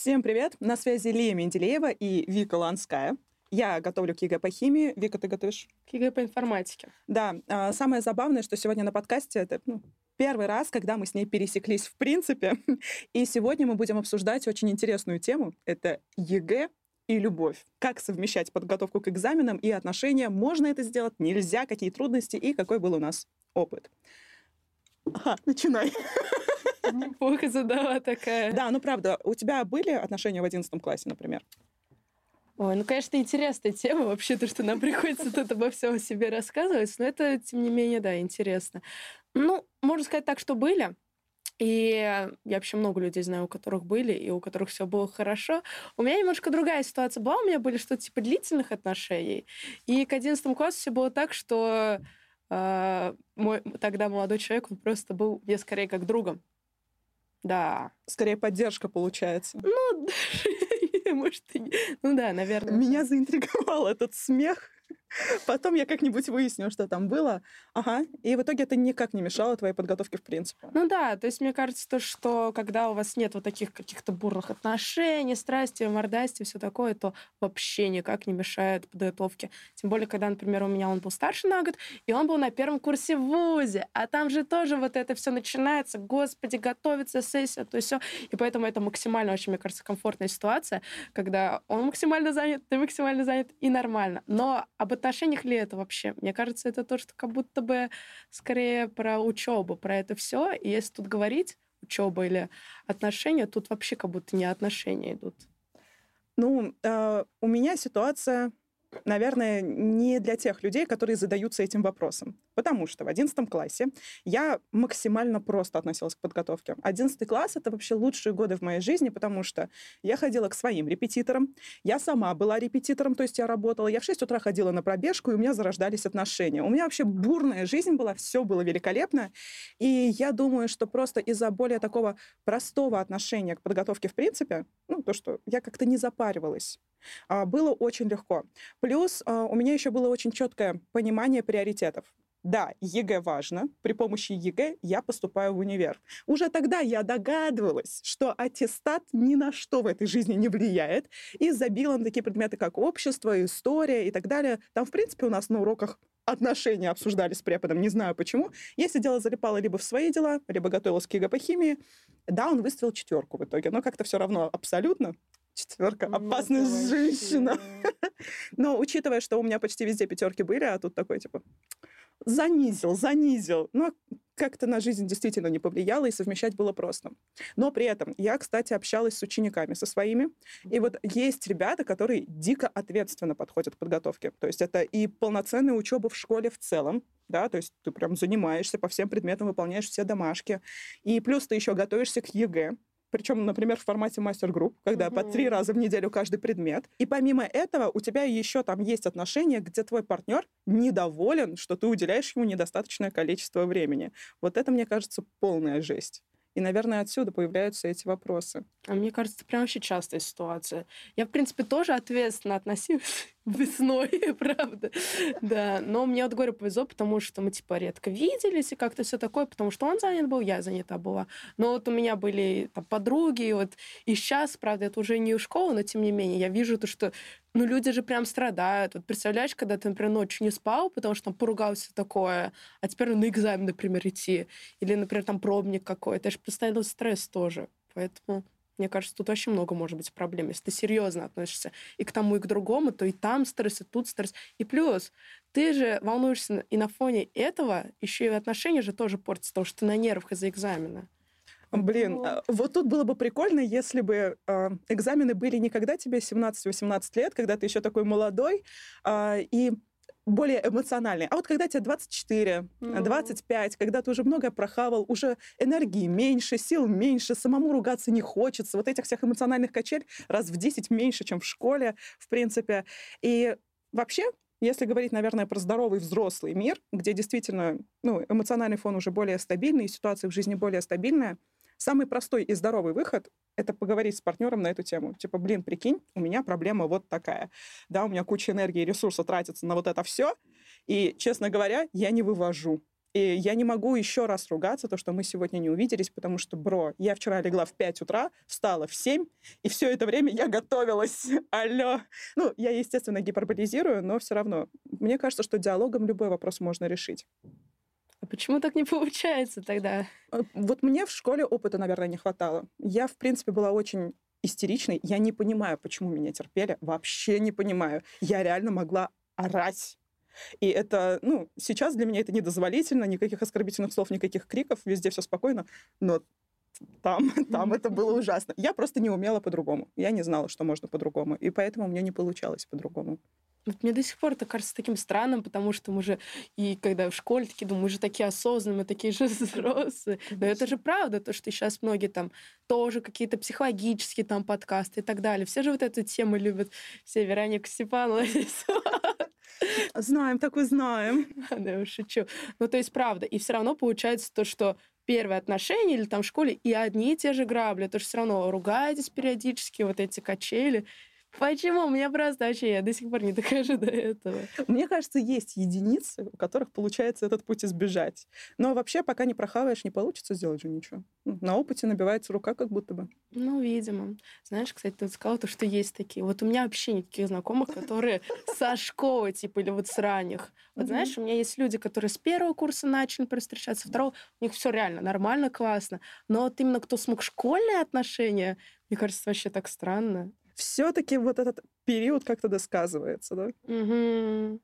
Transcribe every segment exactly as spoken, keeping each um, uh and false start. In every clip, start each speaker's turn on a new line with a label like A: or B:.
A: Всем привет! На связи Лия Менделеева и Вика Ланская. Я готовлю к ЕГЭ по химии. Вика, ты готовишь?
B: К ЕГЭ по информатике.
A: Да. а, Самое забавное, что сегодня на подкасте это ну, первый раз, когда мы с ней пересеклись в принципе. И сегодня мы будем обсуждать очень интересную тему. Это ЕГЭ и любовь. Как совмещать подготовку к экзаменам и отношения? Можно это сделать? Нельзя? Какие трудности? И какой был у нас опыт? Ага, начинай.
B: Неплохо задала такая.
A: Да, ну правда, у тебя были отношения в одиннадцатом классе, например?
B: Ой, ну, конечно, интересная тема вообще, то, что нам приходится тут обо всем себе рассказывать, но это, тем не менее, да, интересно. Ну, можно сказать так, что были. И я вообще много людей знаю, у которых были, и у которых все было хорошо. У меня немножко другая ситуация была. У меня были что-то типа длительных отношений. И к одиннадцатому классу все было так, что э, мой тогда молодой человек, он просто был мне скорее как другом. Да.
A: Скорее поддержка получается.
B: Ну, может, и... Ну да, наверное.
A: Меня заинтриговал этот смех. Потом я как-нибудь выясню, что там было. Ага. И в итоге это никак не мешало твоей подготовке в принципе.
B: Ну да, то есть мне кажется, то, что когда у вас нет вот таких каких-то бурных отношений, страсти, мордасти, все такое, то вообще никак не мешает подготовке. Тем более, когда, например, у меня он был старше на год, и он был на первом курсе в вузе, а там же тоже вот это все начинается, господи, готовится сессия, то есть все. И поэтому это максимально, очень, мне кажется, комфортная ситуация, когда он максимально занят, ты максимально занят, и нормально. Но об отношениях ли это вообще? Мне кажется, это то, что как будто бы скорее про учебу, про это все. И если тут говорить учеба или отношения, тут вообще как будто не отношения идут.
A: Ну, э, у меня ситуация, наверное, не для тех людей, которые задаются этим вопросом. Потому что в одиннадцатом классе я максимально просто относилась к подготовке. Одиннадцатый класс — это вообще лучшие годы в моей жизни, потому что я ходила к своим репетиторам, я сама была репетитором, то есть я работала, я в шесть утра ходила на пробежку, и у меня зарождались отношения. У меня вообще бурная жизнь была, все было великолепно. И я думаю, что просто из-за более такого простого отношения к подготовке в принципе, ну, то, что я как-то не запаривалась, было очень легко. Плюс у меня еще было очень четкое понимание приоритетов. Да, ЕГЭ важно. При помощи ЕГЭ я поступаю в универ. Уже тогда я догадывалась, что аттестат ни на что в этой жизни не влияет, и забила на такие предметы, как общество, история и так далее. Там, в принципе, у нас на уроках отношения обсуждали с преподом, не знаю почему. Я сидела, залипала либо в свои дела, либо готовилась к ЕГЭ по химии. Да, он выставил четверку в итоге, но как-то все равно абсолютно. Четверка. Опасная
B: ну,
A: женщина. Но учитывая, что у меня почти везде пятерки были, а тут такой, типа, занизил, занизил. Но как-то на жизнь действительно не повлияло, и совмещать было просто. Но при этом я, кстати, общалась с учениками, со своими. И вот есть ребята, которые дико ответственно подходят к подготовке. То есть это и полноценная учеба в школе в целом, да, то есть ты прям занимаешься по всем предметам, выполняешь все домашки. И плюс ты еще готовишься к ЕГЭ. Причем, например, в формате мастер-групп, когда угу. по три раза в неделю каждый предмет. И помимо этого у тебя еще там есть отношения, где твой партнер недоволен, что ты уделяешь ему недостаточное количество времени. Вот это, мне кажется, полная жесть. И, наверное, отсюда появляются эти вопросы.
B: А мне кажется, это прям вообще частая ситуация. Я, в принципе, тоже ответственно относилась весной, правда. Да, но мне вот, говорю, повезло, потому что мы, типа, редко виделись и как-то все такое, потому что он занят был, я занята была. Но вот у меня были там подруги, и вот и сейчас, правда, это уже не школа, но тем не менее, я вижу то, что ну, люди же прям страдают. Вот представляешь, когда ты, например, ночью не спал, потому что там поругался такое, а теперь на экзамен, например, идти. Или, например, там пробник какой-то. Это же постоянно стресс тоже. Поэтому, мне кажется, тут вообще много может быть проблем. Если ты серьезно относишься и к тому, и к другому, то и там стресс, и тут стресс. И плюс, ты же волнуешься, и на фоне этого еще и отношения же тоже портятся, потому что ты на нервах из-за экзамена.
A: Блин, вот. вот тут было бы прикольно, если бы э, экзамены были не когда тебе семнадцать-восемнадцать лет, когда ты еще такой молодой э, и более эмоциональный, а вот когда тебе двадцать четыре, двадцать пять, когда ты уже многое прохавал, уже энергии меньше, сил меньше, самому ругаться не хочется, вот этих всех эмоциональных качель раз в десять меньше, чем в школе, в принципе. И вообще, если говорить, наверное, про здоровый взрослый мир, где действительно ну, эмоциональный фон уже более стабильный, ситуация в жизни более стабильная, самый простой и здоровый выход — это поговорить с партнером на эту тему. Типа, блин, прикинь, у меня проблема вот такая. Да, у меня куча энергии и ресурсов тратится на вот это все, и, честно говоря, я не вывожу. И я не могу еще раз ругаться, то, что мы сегодня не увиделись, потому что, бро, я вчера легла в пять утра, встала в семь, и все это время я готовилась. Алло. Ну, я, естественно, гиперболизирую, но все равно. Мне кажется, что диалогом любой вопрос можно решить.
B: А почему так не получается тогда?
A: Вот мне в школе опыта, наверное, не хватало. Я, в принципе, была очень истеричной. Я не понимаю, почему меня терпели. Вообще не понимаю. Я реально могла орать. И это, ну, сейчас для меня это недозволительно. Никаких оскорбительных слов, никаких криков. Везде все спокойно. Но там, там это было ужасно. Я просто не умела по-другому. Я не знала, что можно по-другому. И поэтому мне не получалось по-другому.
B: Вот мне до сих пор это кажется таким странным, потому что мы же, и когда в школе такие, думаю, мы же такие осознанные, мы такие же взрослые. Но это же правда, то, что сейчас многие там тоже какие-то психологические там подкасты и так далее. Все же вот эту тему любят. Все, Вероника Степанова.
A: Знаем, так и знаем.
B: Да, я шучу. Ну, то есть, правда. И все равно получается то, что первые отношения или там в школе и одни и те же грабли. То, что все равно ругаетесь периодически, вот эти качели. Почему? Мне просто вообще, я до сих пор не дохожу до этого.
A: Мне кажется, есть единицы, у которых получается этот путь избежать. Но вообще, пока не прохаваешь, не получится сделать же ничего. На опыте набивается рука как будто бы.
B: Ну, видимо. Знаешь, кстати, ты вот сказала, то, что есть такие. Вот у меня вообще нет таких знакомых, которые со школы, типа, или вот с ранних. Вот знаешь, у меня есть люди, которые с первого курса начали встречаться, второго, у них все реально нормально, классно. Но вот именно кто смог школьные отношения, мне кажется, вообще так странно.
A: Все-таки вот этот период как-то досказывается, да?
B: Угу.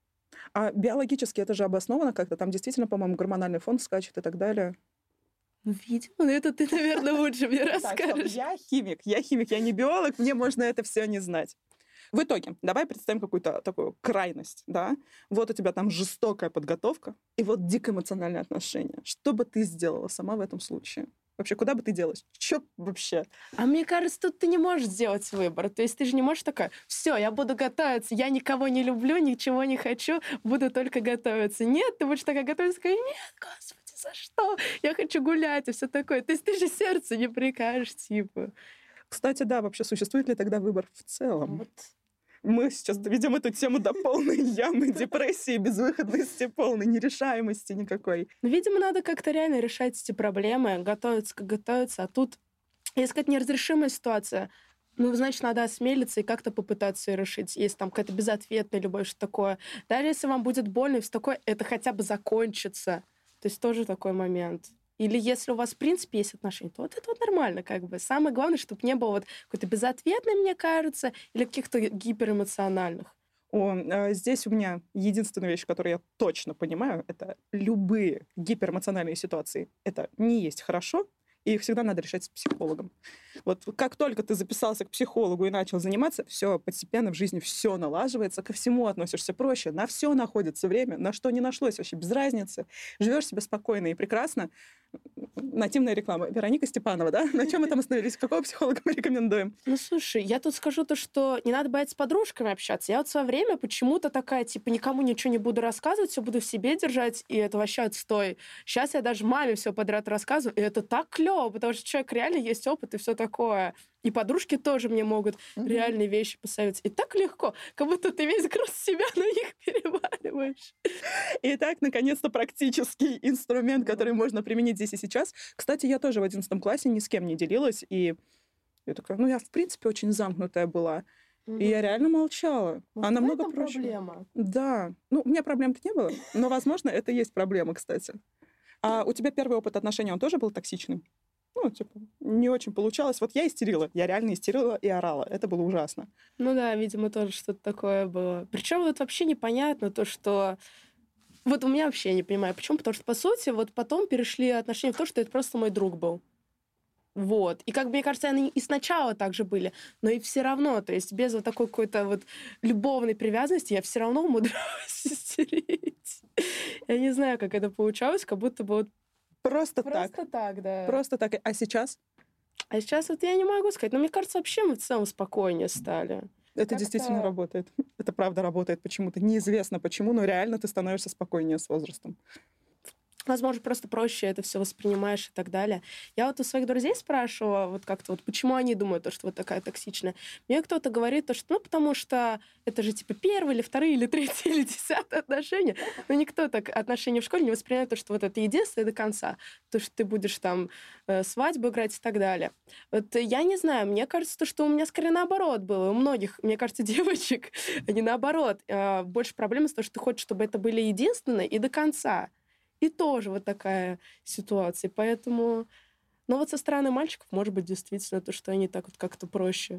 A: А биологически это же обосновано как-то? Там действительно, по-моему, гормональный фон скачет и так далее.
B: Ну, видимо, это ты, наверное, лучше мне расскажешь.
A: Я химик, я химик, я не биолог, мне можно это все не знать. В итоге, давай представим какую-то такую крайность, да? Вот у тебя там жестокая подготовка и вот дико эмоциональные отношения. Что бы ты сделала сама в этом случае? Вообще, куда бы ты делась? Чё вообще?
B: А мне кажется, тут ты не можешь сделать выбор. То есть ты же не можешь такая, все, я буду готовиться, я никого не люблю, ничего не хочу, буду только готовиться. Нет, ты будешь такая готовиться, такая, нет, господи, за что? Я хочу гулять и все такое. То есть ты же сердцу не прикажешь, типа.
A: Кстати, да, вообще существует ли тогда выбор в целом?
B: Вот.
A: Мы сейчас доведем эту тему до полной ямы, депрессии, безвыходности, полной нерешаемости никакой.
B: Ну, видимо, надо как-то реально решать эти проблемы, готовиться, как готовиться. А тут, если сказать, неразрешимая ситуация, ну, значит, надо осмелиться и как-то попытаться ее решить. Если там какая-то безответная любовь, что такое. Даже если вам будет больно и все такое, это хотя бы закончится. То есть тоже такой момент. Или если у вас, в принципе, есть отношения, то вот это вот нормально, как бы. Самое главное, чтобы не было вот какой-то безответной, мне кажется, или каких-то гиперэмоциональных.
A: О, здесь у меня единственная вещь, которую я точно понимаю, это любые гиперэмоциональные ситуации. Это не есть хорошо, и их всегда надо решать с психологом. Вот как только ты записался к психологу и начал заниматься, все, постепенно в жизни все налаживается, ко всему относишься проще, на все находится время, на что не нашлось, вообще без разницы. Живешь себе спокойно и прекрасно. Нативная реклама. Вероника Степанова, да? На чем мы там остановились? Какого психолога мы рекомендуем?
B: Ну, слушай, я тут скажу то, что не надо бояться с подружками общаться. Я вот в свое время почему-то такая, типа, никому ничего не буду рассказывать, все буду в себе держать, и это вообще отстой. Сейчас я даже маме все подряд рассказываю, и это так клево, потому что человек реально есть опыт и все такое. И подружки тоже мне могут mm-hmm. реальные вещи посоветовать. И так легко, как будто ты весь груз себя на них переваливаешь.
A: Итак, наконец-то практический инструмент, который можно применить здесь и сейчас. Кстати, я тоже в одиннадцатом классе ни с кем не делилась, и я такая, ну, я, в принципе, очень замкнутая была. Mm-hmm. И я реально молчала.
B: Вот
A: а намного
B: это
A: проще.
B: Проблема.
A: Да. Ну, у меня проблем-то не было, но, возможно, это и есть проблема, кстати. А у тебя первый опыт отношений, он тоже был токсичным? Ну, типа, не очень получалось. Вот я истерила. Я реально истерила и орала. Это было ужасно.
B: Ну да, видимо, тоже что-то такое было. Причем вот вообще непонятно то, что... Вот у меня вообще не понимаю, почему. Потому что, по сути, вот потом перешли отношения в то, что это просто мой друг был. Вот. И, как мне кажется, они и сначала так же были, но и все равно, то есть без вот такой какой-то вот любовной привязанности я все равно умудрялась истерить. Я не знаю, как это получалось, как будто бы вот
A: Просто,
B: Просто
A: так.
B: так, да.
A: Просто так. А сейчас?
B: А сейчас вот я не могу сказать. Но мне кажется, вообще мы в целом спокойнее стали.
A: Это
B: Как-то...
A: действительно работает. Это правда работает почему-то. Неизвестно почему, но реально ты становишься спокойнее с возрастом.
B: возможно, просто проще это все воспринимаешь и так далее. Я вот у своих друзей спрашивала, вот как-то вот, почему они думают, то, что вот такая токсичная. Мне кто-то говорит, то, что, ну, потому что это же, типа, первые или вторые, или третьи, или десятые отношения. Но никто так отношения в школе не воспринимает, то, что вот это единственное до конца. То, что ты будешь там э, свадьбу играть и так далее. Вот я не знаю, мне кажется, то, что у меня скорее наоборот было. У многих, мне кажется, девочек, они наоборот. Э, больше проблема с том, что ты хочешь, чтобы это были единственные и до конца. И тоже вот такая ситуация. Поэтому... Но вот со стороны мальчиков, может быть, действительно то, что они так вот как-то проще.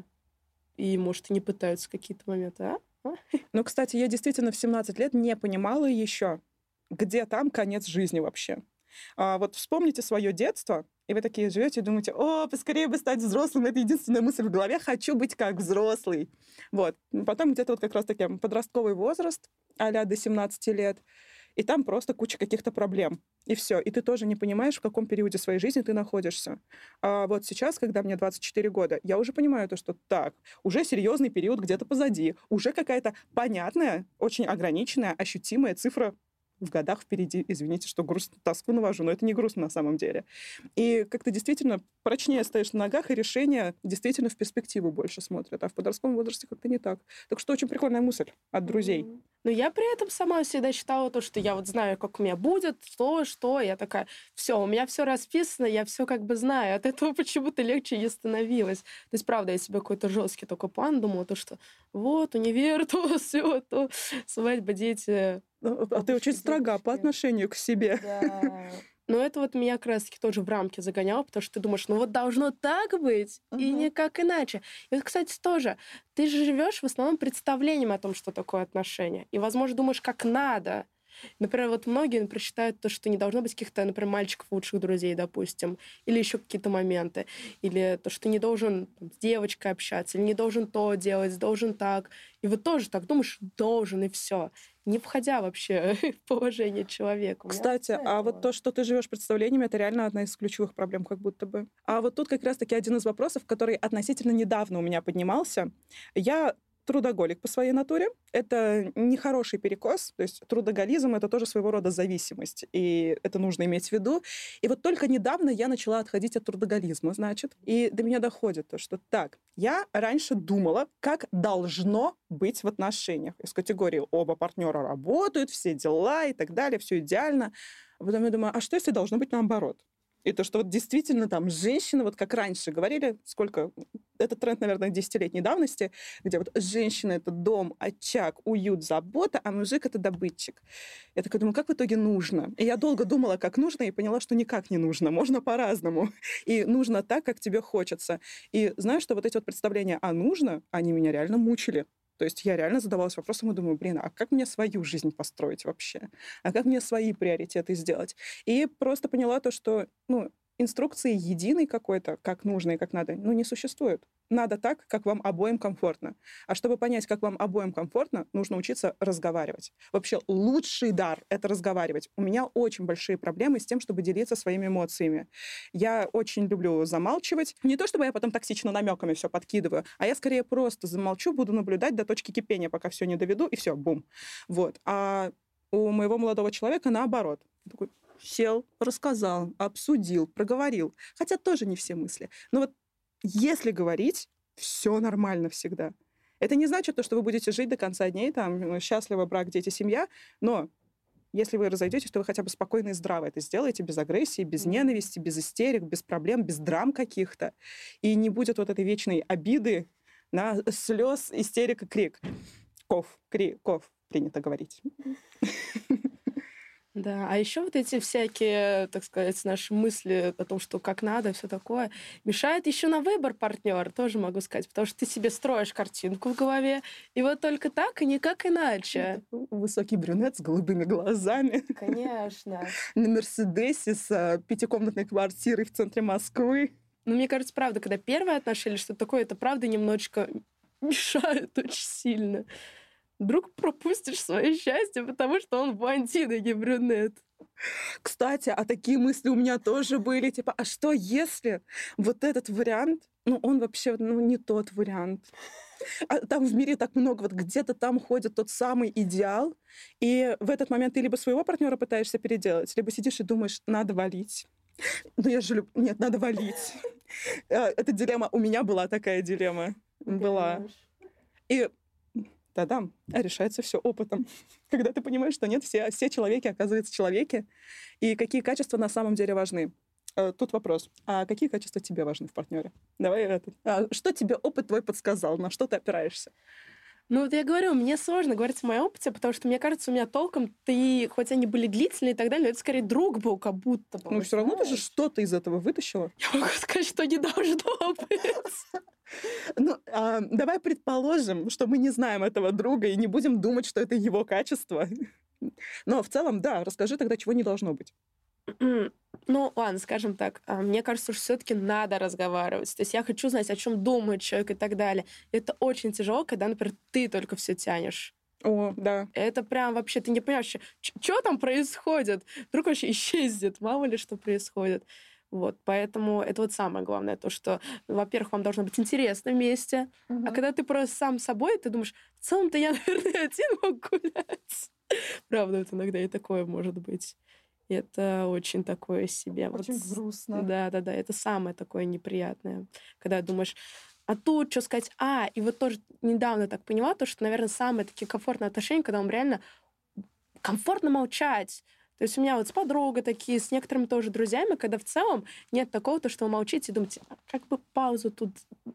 B: И, может, и не пытаются какие-то моменты, а? а?
A: Ну, кстати, я действительно в семнадцать лет не понимала еще, где там конец жизни вообще. А вот вспомните свое детство, и вы такие живете и думаете, о, поскорее бы стать взрослым, это единственная мысль в голове, хочу быть как взрослый. Вот. Потом где-то вот как раз-таки подростковый возраст, а-ля до семнадцати лет, и там просто куча каких-то проблем. И все. И ты тоже не понимаешь, в каком периоде своей жизни ты находишься. А вот сейчас, когда мне двадцать четыре года, я уже понимаю то, что так, уже серьезный период где-то позади, уже какая-то понятная, очень ограниченная, ощутимая цифра в годах впереди. Извините, что грустно, тоску навожу, но это не грустно на самом деле. И как-то действительно прочнее стоишь на ногах, и решения действительно в перспективу больше смотрят. А в подростковом возрасте как-то не так. Так что очень прикольная мысль от друзей.
B: Mm-hmm. Но я при этом сама всегда считала то, что я вот знаю, как у меня будет, то, что. Я такая, все, у меня все расписано, я все как бы знаю. От этого почему-то легче не становилось. То есть, правда, я себе какой-то жесткий только план думала, то, что вот, универ, то, все, то, свадьба, дети...
A: А ты очень строга по отношению к себе.
B: Да. Но это вот меня как раз-таки тоже в рамки загоняло, потому что ты думаешь, ну вот должно так быть, uh-huh. и никак иначе. И вот, кстати, тоже, ты же живешь в основном представлением о том, что такое отношения. И, возможно, думаешь, как надо. Например, вот многие например, считают то, что не должно быть каких-то, например, мальчиков лучших друзей, допустим, или еще какие-то моменты, или то, что ты не должен там, с девочкой общаться, или не должен то делать, должен так. И вот тоже так думаешь, должен, и все, не входя вообще в положение человека.
A: Кстати, а вот то, что ты живешь представлениями, это реально одна из ключевых проблем, как будто бы. А вот тут как раз-таки один из вопросов, который относительно недавно у меня поднимался. Я трудоголик по своей натуре. Это нехороший перекос, то есть трудоголизм — это тоже своего рода зависимость, и это нужно иметь в виду. И вот только недавно я начала отходить от трудоголизма, значит, и до меня доходит то, что так, я раньше думала, как должно быть в отношениях. Из категории оба партнера работают, все дела и так далее, все идеально. А потом я думаю, а что если должно быть наоборот? И то, что вот действительно там женщина, вот как раньше говорили, сколько, это тренд, наверное, десятилетней давности, где вот женщина — это дом, очаг, уют, забота, а мужик — это добытчик. Я такая думаю, как в итоге нужно? И я долго думала, как нужно, и поняла, что никак не нужно. Можно по-разному. И нужно так, как тебе хочется. И знаешь, что вот эти вот представления «а нужно», они меня реально мучили. То есть я реально задавалась вопросом и думаю, блин, а как мне свою жизнь построить вообще? А как мне свои приоритеты сделать? И просто поняла то, что, ну, инструкции единой какой-то, как нужно и как надо, ну, не существует. Надо так, как вам обоим комфортно. А чтобы понять, как вам обоим комфортно, нужно учиться разговаривать. Вообще лучший дар — это разговаривать. У меня очень большие проблемы с тем, чтобы делиться своими эмоциями. Я очень люблю замалчивать. Не то, чтобы я потом токсично намеками все подкидываю, а я скорее просто замолчу, буду наблюдать до точки кипения, пока все не доведу, и все, бум. Вот. А у моего молодого человека наоборот. Такой сел, рассказал, обсудил, проговорил. Хотя тоже не все мысли. Но вот если говорить, все нормально всегда. Это не значит, то, что вы будете жить до конца дней, там, счастливо, брак, дети, семья, но если вы разойдетесь, то вы хотя бы спокойно и здраво это сделаете, без агрессии, без ненависти, без истерик, без проблем, без драм каких-то. И не будет вот этой вечной обиды на слез, истерик и крик. Ков, криков, принято говорить.
B: Да, а еще вот эти всякие, так сказать, наши мысли о том, что как надо, все такое, мешает еще на выбор партнера, тоже могу сказать, потому что ты себе строишь картинку в голове, и вот только так и никак иначе.
A: Высокий брюнет с голубыми глазами.
B: Конечно.
A: На Мерседесе с пятикомнатной квартирой в центре Москвы.
B: Ну, мне кажется, правда, когда первые отношения или что-то такое, это правда немножечко мешает очень сильно. Вдруг пропустишь свое счастье, потому что он блондин, а не брюнет.
A: Кстати, а такие мысли у меня тоже были, типа, а что если вот этот вариант, ну, он вообще, ну, не тот вариант. А там в мире так много, вот где-то там ходит тот самый идеал, и в этот момент ты либо своего партнера пытаешься переделать, либо сидишь и думаешь, надо валить. Ну, я же люб... Нет, надо валить. Э, Эта дилемма, у меня была такая дилемма. Была.
B: Понимаешь?
A: И да-да, решается все опытом. Когда ты понимаешь, что нет, все, все человеки, оказывается, человеки, и какие качества на самом деле важны. Э, Тут вопрос, а какие качества тебе важны в партнере? Давай это. А что тебе опыт твой подсказал, на что ты опираешься?
B: Ну, вот я говорю, мне сложно говорить о моем опыте, потому что, мне кажется, у меня толком, ты, хоть они были длительные и так далее, но это скорее друг был, как будто бы,
A: Ну, все равно ты же
B: знаешь.
A: что-то из этого вытащила.
B: Я могу сказать, что не должно быть.
A: Ну, а, давай предположим, что мы не знаем этого друга и не будем думать, что это его качество. Но в целом, да, расскажи тогда, чего не должно быть.
B: Ну, ладно, скажем так, а, мне кажется, что все-таки надо разговаривать. То есть я хочу знать, о чем думает человек и так далее. Это очень тяжело, когда, например, ты только все тянешь.
A: О, да.
B: Это прям вообще, ты не понимаешь, что там происходит. Вдруг вообще исчезнет, мало ли что происходит. Вот, поэтому это вот самое главное, то, что, во-первых, вам должно быть интересно вместе, а когда ты просто сам собой, ты думаешь, в целом-то я, наверное, один могу гулять. Правда, это иногда и такое может быть. И это очень такое себе. Вот
A: Очень
B: с-
A: грустно.
B: Да, да, да, это самое такое неприятное. Когда думаешь, а тут что сказать? А, и вот тоже недавно так поняла, то, что, наверное, самые такие комфортные отношения, когда вам реально комфортно молчать. То есть у меня вот с подругой такие, с некоторыми тоже друзьями, когда в целом нет такого, то, что вы молчите и думаете, «А как бы паузу тут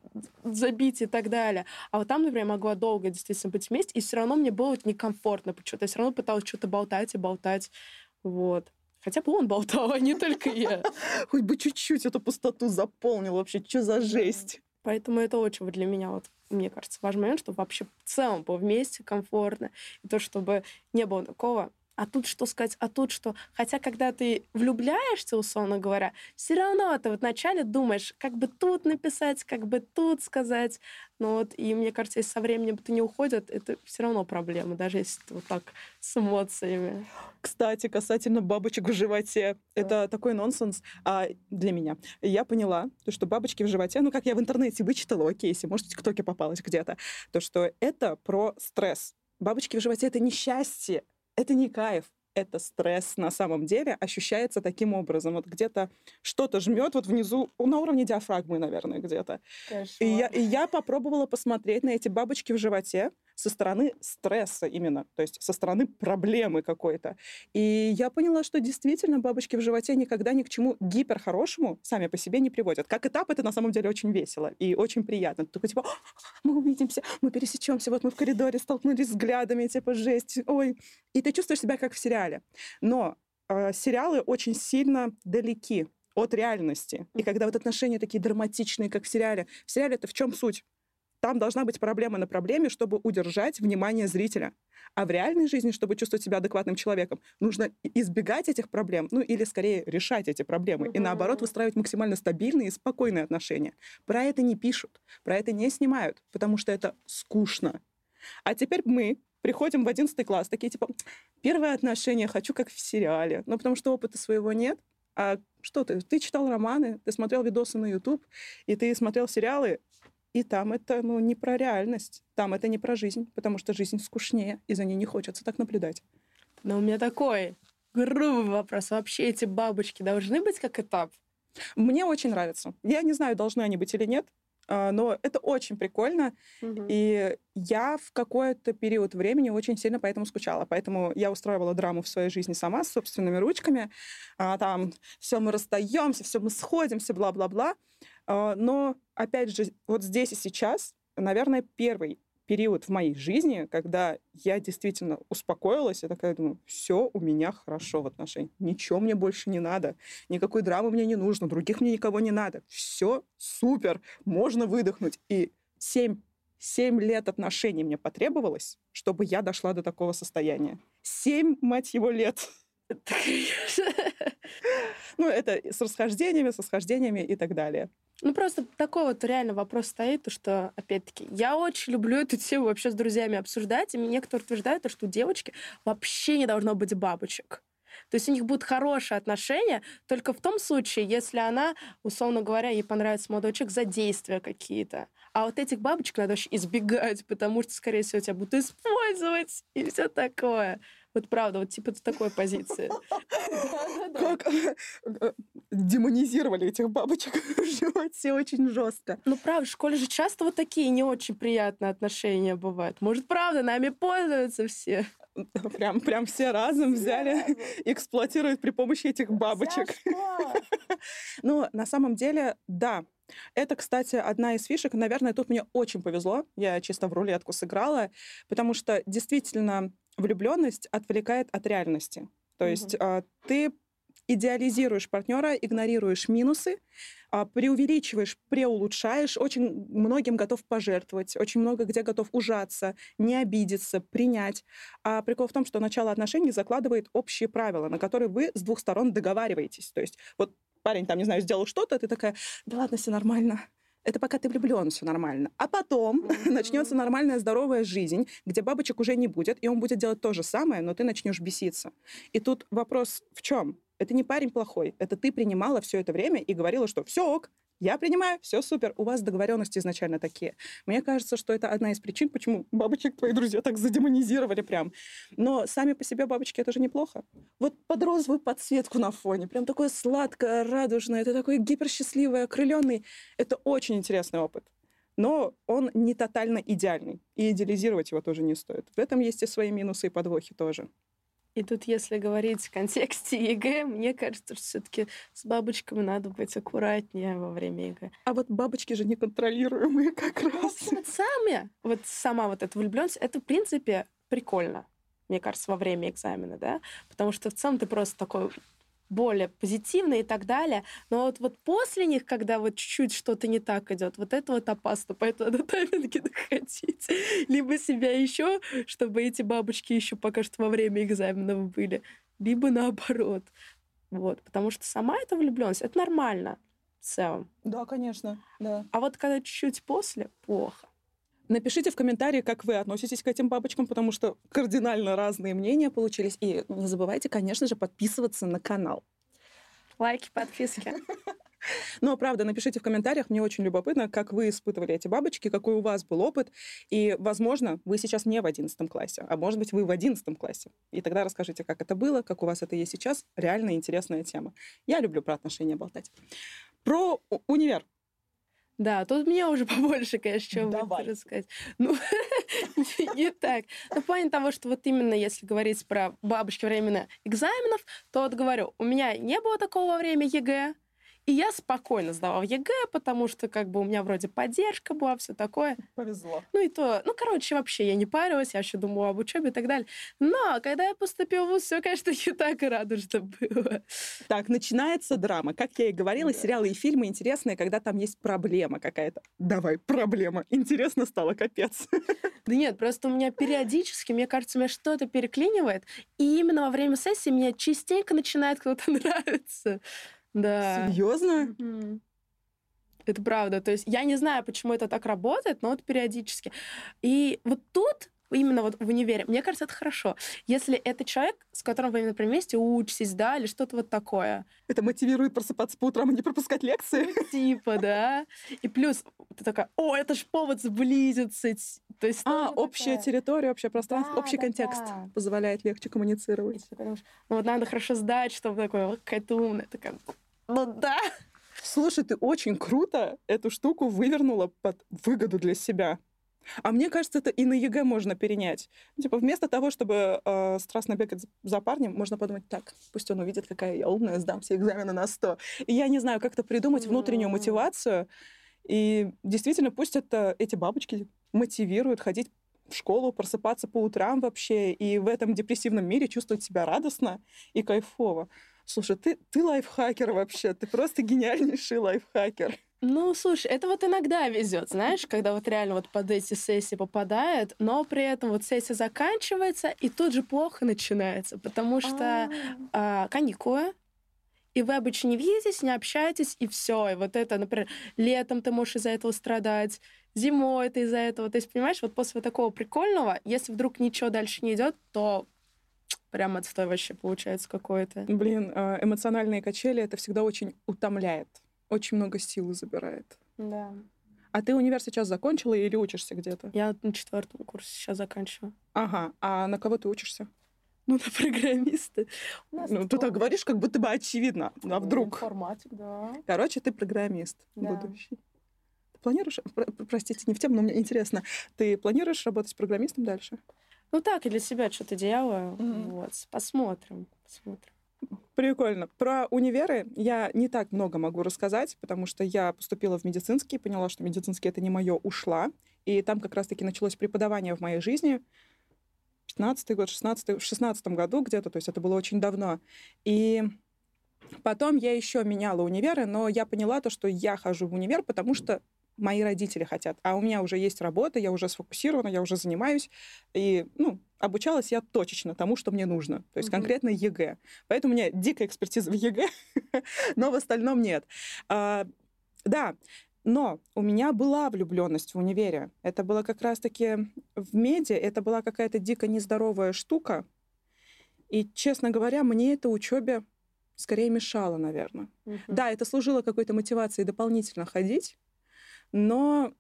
B: забить и так далее. А вот там, например, я могла долго действительно быть вместе, и все равно мне было вот некомфортно почему-то. Я все равно пыталась что-то болтать и болтать. Вот. Хотя бы он болтал, а не только я.
A: Хоть бы чуть-чуть эту пустоту заполнил вообще. Что за
B: Да.
A: жесть?
B: Поэтому это очень вот для меня, вот, мне кажется, важный момент, чтобы вообще в целом было вместе комфортно. И то, чтобы не было такого, а тут что сказать, а тут что. Хотя, когда ты влюбляешься, условно говоря, все равно ты вот вначале думаешь, как бы тут написать, как бы тут сказать. Ну вот, и мне кажется, если со временем это не уходит, это все равно проблема, даже если ты вот так с эмоциями.
A: Кстати, касательно бабочек в животе, это такой нонсенс а, для меня. Я поняла, то, что бабочки в животе, ну, как я в интернете вычитала, окей, если, может, в ТикТоке попалось где-то, то, что это про стресс. Бабочки в животе — это не счастье, это не кайф, это стресс на самом деле ощущается таким образом. Вот где-то что-то жмет вот внизу, на уровне диафрагмы, наверное, где-то. И я, и я попробовала посмотреть на эти бабочки в животе со стороны стресса именно, то есть со стороны проблемы какой-то. И я поняла, что действительно бабочки в животе никогда ни к чему гиперхорошему сами по себе не приводят. Как этап это на самом деле очень весело и очень приятно. Ты такой типа, мы увидимся, мы пересечемся, вот мы в коридоре столкнулись взглядами, типа жесть, ой. И ты чувствуешь себя как в сериале. Но э, сериалы очень сильно далеки от реальности. И когда вот отношения такие драматичные, как в сериале, в сериале это в чем суть? Там должна быть проблема на проблеме, чтобы удержать внимание зрителя. А в реальной жизни, чтобы чувствовать себя адекватным человеком, нужно избегать этих проблем, ну или скорее решать эти проблемы. И наоборот, выстраивать максимально стабильные и спокойные отношения. Про это не пишут, про это не снимают, потому что это скучно. А теперь мы приходим в одиннадцатый класс, такие типа, первое отношение хочу как в сериале. Ну потому что опыта своего нет. А что ты? Ты читал романы, ты смотрел видосы на YouTube, и ты смотрел сериалы, и там это, ну, не про реальность, там это не про жизнь, потому что жизнь скучнее, и за ней не хочется так наблюдать.
B: Но у меня такой грубый вопрос. Вообще эти бабочки должны быть как этап?
A: Мне очень нравится. Я не знаю, должны они быть или нет, а, но это очень прикольно.
B: Мгм.
A: И я в какой-то период времени очень сильно поэтому скучала. Поэтому я устраивала драму в своей жизни сама, с собственными ручками. А, там все мы расстаемся, все мы сходимся, бла-бла-бла. А, но, опять же, вот здесь и сейчас, наверное, первый период в моей жизни, когда я действительно успокоилась, я такая думаю, все у меня хорошо в отношениях, ничего мне больше не надо, никакой драмы мне не нужно, других мне никого не надо, все супер, можно выдохнуть. И семь, семь лет отношений мне потребовалось, чтобы я дошла до такого состояния. Семь, мать его, лет. Ну, это с расхождениями, с восхождениями и так далее.
B: Ну, просто такой вот реально вопрос стоит, то, что, опять-таки, я очень люблю эту тему вообще с друзьями обсуждать, и мне некоторые утверждают, что у девочки вообще не должно быть бабочек. То есть у них будут хорошие отношения только в том случае, если она, условно говоря, ей понравится молодой человек за действия какие-то. А вот этих бабочек надо вообще избегать, потому что, скорее всего, тебя будут использовать и все такое. Вот правда, вот типа такой позиции.
A: Как демонизировали этих бабочек в животе очень жестко.
B: Ну, правда, в школе же часто вот такие не очень приятные отношения бывают. Может, правда, нами пользуются все.
A: Прям, прям все разом взяли, эксплуатируют при помощи этих бабочек. Ну, на самом деле, да. Это, кстати, одна из фишек. Наверное, тут мне очень повезло. Я чисто в рулетку сыграла, потому что действительно влюбленность отвлекает от реальности. То есть mm-hmm. ты идеализируешь партнера, игнорируешь минусы, преувеличиваешь, преулучшаешь, очень многим готов пожертвовать, очень много где готов ужаться, не обидеться, принять. А прикол в том, что начало отношений закладывает общие правила, на которые вы с двух сторон договариваетесь. То есть вот парень там, не знаю, сделал что-то, ты такая, да ладно, все нормально. Это пока ты влюблен, все нормально. А потом mm-hmm. начнется нормальная здоровая жизнь, где бабочек уже не будет, и он будет делать то же самое, но ты начнешь беситься. И тут вопрос в чем? Это не парень плохой, это ты принимала все это время и говорила, что все ок, я принимаю, все супер, у вас договоренности изначально такие. Мне кажется, что это одна из причин, почему бабочек твои друзья так задемонизировали прям. Но сами по себе бабочки — это же неплохо. Вот под розовую подсветку на фоне, прям такое сладкое, радужное, это такой гиперсчастливый, окрыленный. Это очень интересный опыт. Но он не тотально идеальный. И идеализировать его тоже не стоит. В этом есть и свои минусы, и подвохи тоже.
B: И тут, если говорить в контексте ЕГЭ, мне кажется, что все-таки с бабочками надо быть аккуратнее во время ЕГЭ.
A: А вот бабочки же неконтролируемые как раз.
B: Вот сами, вот сама вот эта влюбленность, это, в принципе, прикольно, мне кажется, во время экзамена, да? Потому что в целом ты просто такой более позитивный и так далее. Но вот, вот после них, когда вот чуть-чуть что-то не так идет, вот это вот опасно. Поэтому надо тайминги доходить. Либо себя еще, чтобы эти бабочки еще пока что во время экзаменов были, либо наоборот. Вот. Потому что сама эта влюбленность, это нормально в целом.
A: Да, конечно. Да.
B: А вот когда чуть-чуть после, плохо.
A: Напишите в комментарии, как вы относитесь к этим бабочкам, потому что кардинально разные мнения получились. И не забывайте, конечно же, подписываться на канал.
B: Лайки, подписки.
A: Но, правда, напишите в комментариях, мне очень любопытно, как вы испытывали эти бабочки, какой у вас был опыт. И, возможно, вы сейчас не в одиннадцатом классе, а может быть, вы в одиннадцатом классе. И тогда расскажите, как это было, как у вас это есть сейчас. Реально интересная тема. Я люблю про отношения болтать. Про универ.
B: Да, тут мне уже побольше, конечно, чего будет рассказать. Ну, не так. Но в плане того, что вот именно если говорить про бабочки временно экзаменов, то вот говорю, у меня не было такого во время ЕГЭ, и я спокойно сдавала ЕГЭ, потому что как бы у меня вроде поддержка была, все такое.
A: Повезло.
B: Ну и то, ну, короче, вообще я не парилась, я еще думала об учебе и так далее. Но когда я поступила в вуз, все, конечно, не так и радужно было.
A: Так, начинается драма. Как я и говорила, да. Сериалы и фильмы интересные, когда там есть проблема какая-то. Давай, проблема. Интересно стало, капец.
B: Да нет, просто у меня периодически, мне кажется, у меня что-то переклинивает, и именно во время сессии мне частенько начинает кто-то нравиться. Да.
A: Серьезно?
B: Mm-hmm. Это правда. То есть я не знаю, почему это так работает, но вот периодически. И вот тут, именно вот в универе, мне кажется, это хорошо. Если это человек, с которым вы, например, вместе учитесь, да, или что-то вот такое.
A: Это мотивирует просыпаться по утрам и не пропускать лекции?
B: Ну, типа, да. И плюс ты такая, о, это ж повод сблизиться. То есть,
A: а, общая такая... территория, общее пространство,
B: да,
A: общий
B: да,
A: контекст
B: да.
A: позволяет легче коммуницировать.
B: Ну, вот надо хорошо сдать, чтобы такое, какая-то умная, такая, ну да.
A: Слушай, ты очень круто эту штуку вывернула под выгоду для себя. А мне кажется, это и на ЕГЭ можно перенять. Типа вместо того, чтобы э, страстно бегать за парнем, можно подумать, так, пусть он увидит, какая я умная, сдам все экзамены на сто. И я не знаю, как-то придумать внутреннюю мотивацию. И действительно, пусть это, эти бабочки мотивируют ходить в школу, просыпаться по утрам вообще, и в этом депрессивном мире чувствовать себя радостно и кайфово. Слушай, ты, ты лайфхакер вообще, ты просто гениальнейший лайфхакер.
B: Ну, слушай, это вот иногда везет, знаешь, когда вот реально вот под эти сессии попадает, но при этом вот сессия заканчивается, и тут же плохо начинается, потому что а, каникулы, и вы обычно не видитесь, не общаетесь, и все. И вот это, например, летом ты можешь из-за этого страдать, зимой ты из-за этого. То есть, понимаешь, вот после вот такого прикольного, если вдруг ничего дальше не идет, то прям отстой вообще получается какой-то.
A: Блин, э, эмоциональные качели — это всегда очень утомляет. Очень много силы забирает.
B: Да.
A: А ты универ сейчас закончила или учишься где-то?
B: Я на четвертом курсе сейчас заканчиваю.
A: Ага. А на кого ты учишься?
B: Ну, на программиста.
A: Ну, ты так говоришь, как будто бы очевидно. А вдруг?
B: Информатик, да.
A: Короче, ты программист
B: Да.
A: будущий. Ты планируешь... про- Простите, не в тему, но мне интересно. Ты планируешь работать программистом дальше?
B: Ну, так, и для себя что-то делаю.
A: Мгм.
B: Вот. Посмотрим. Посмотрим.
A: Прикольно. Про универы я не так много могу рассказать, потому что я поступила в медицинский, поняла, что медицинский — это не мое, ушла. И там как раз-таки началось преподавание в моей жизни. пятнадцатый год, шестнадцатый, в шестнадцатом году где-то, то есть это было очень давно. И потом я еще меняла универы, но я поняла то, что я хожу в универ, потому что мои родители хотят. А у меня уже есть работа, я уже сфокусирована, я уже занимаюсь. И, ну, обучалась я точечно тому, что мне нужно. То есть
B: Мгм.
A: конкретно ЕГЭ. Поэтому у меня дикая экспертиза в ЕГЭ, но в остальном нет. А, да, но у меня была влюбленность в универе. Это было как раз-таки в меди, это была какая-то дико нездоровая штука. И, честно говоря, мне эта учебе скорее мешала, наверное.
B: Мгм.
A: Да, это служило какой-то мотивацией дополнительно ходить, но